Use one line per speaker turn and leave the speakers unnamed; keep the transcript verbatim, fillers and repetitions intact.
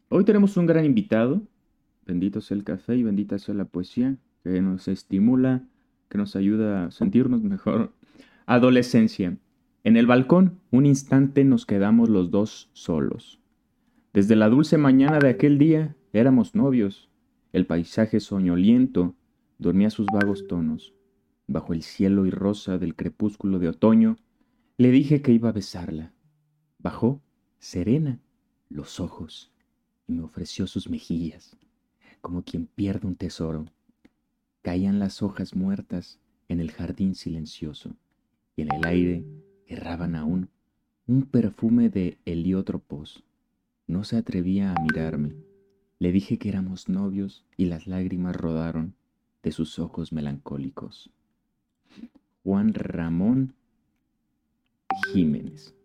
Hoy tenemos un gran invitado. Bendito sea el café y bendita sea la poesía, que nos estimula, que nos ayuda a sentirnos mejor. Adolescencia. En el balcón, un instante nos quedamos los dos solos. Desde la dulce mañana de aquel día éramos novios. El paisaje soñoliento dormía sus vagos tonos. Bajo el cielo y rosa del crepúsculo de otoño, le dije que iba a besarla. Bajó, serena, los ojos y me ofreció sus mejillas, como quien pierde un tesoro. Caían las hojas muertas en el jardín silencioso y en el aire erraban aún un perfume de heliotropos. No se atrevía a mirarme. Le dije que éramos novios y las lágrimas rodaron de sus ojos melancólicos. Juan Ramón Jiménez.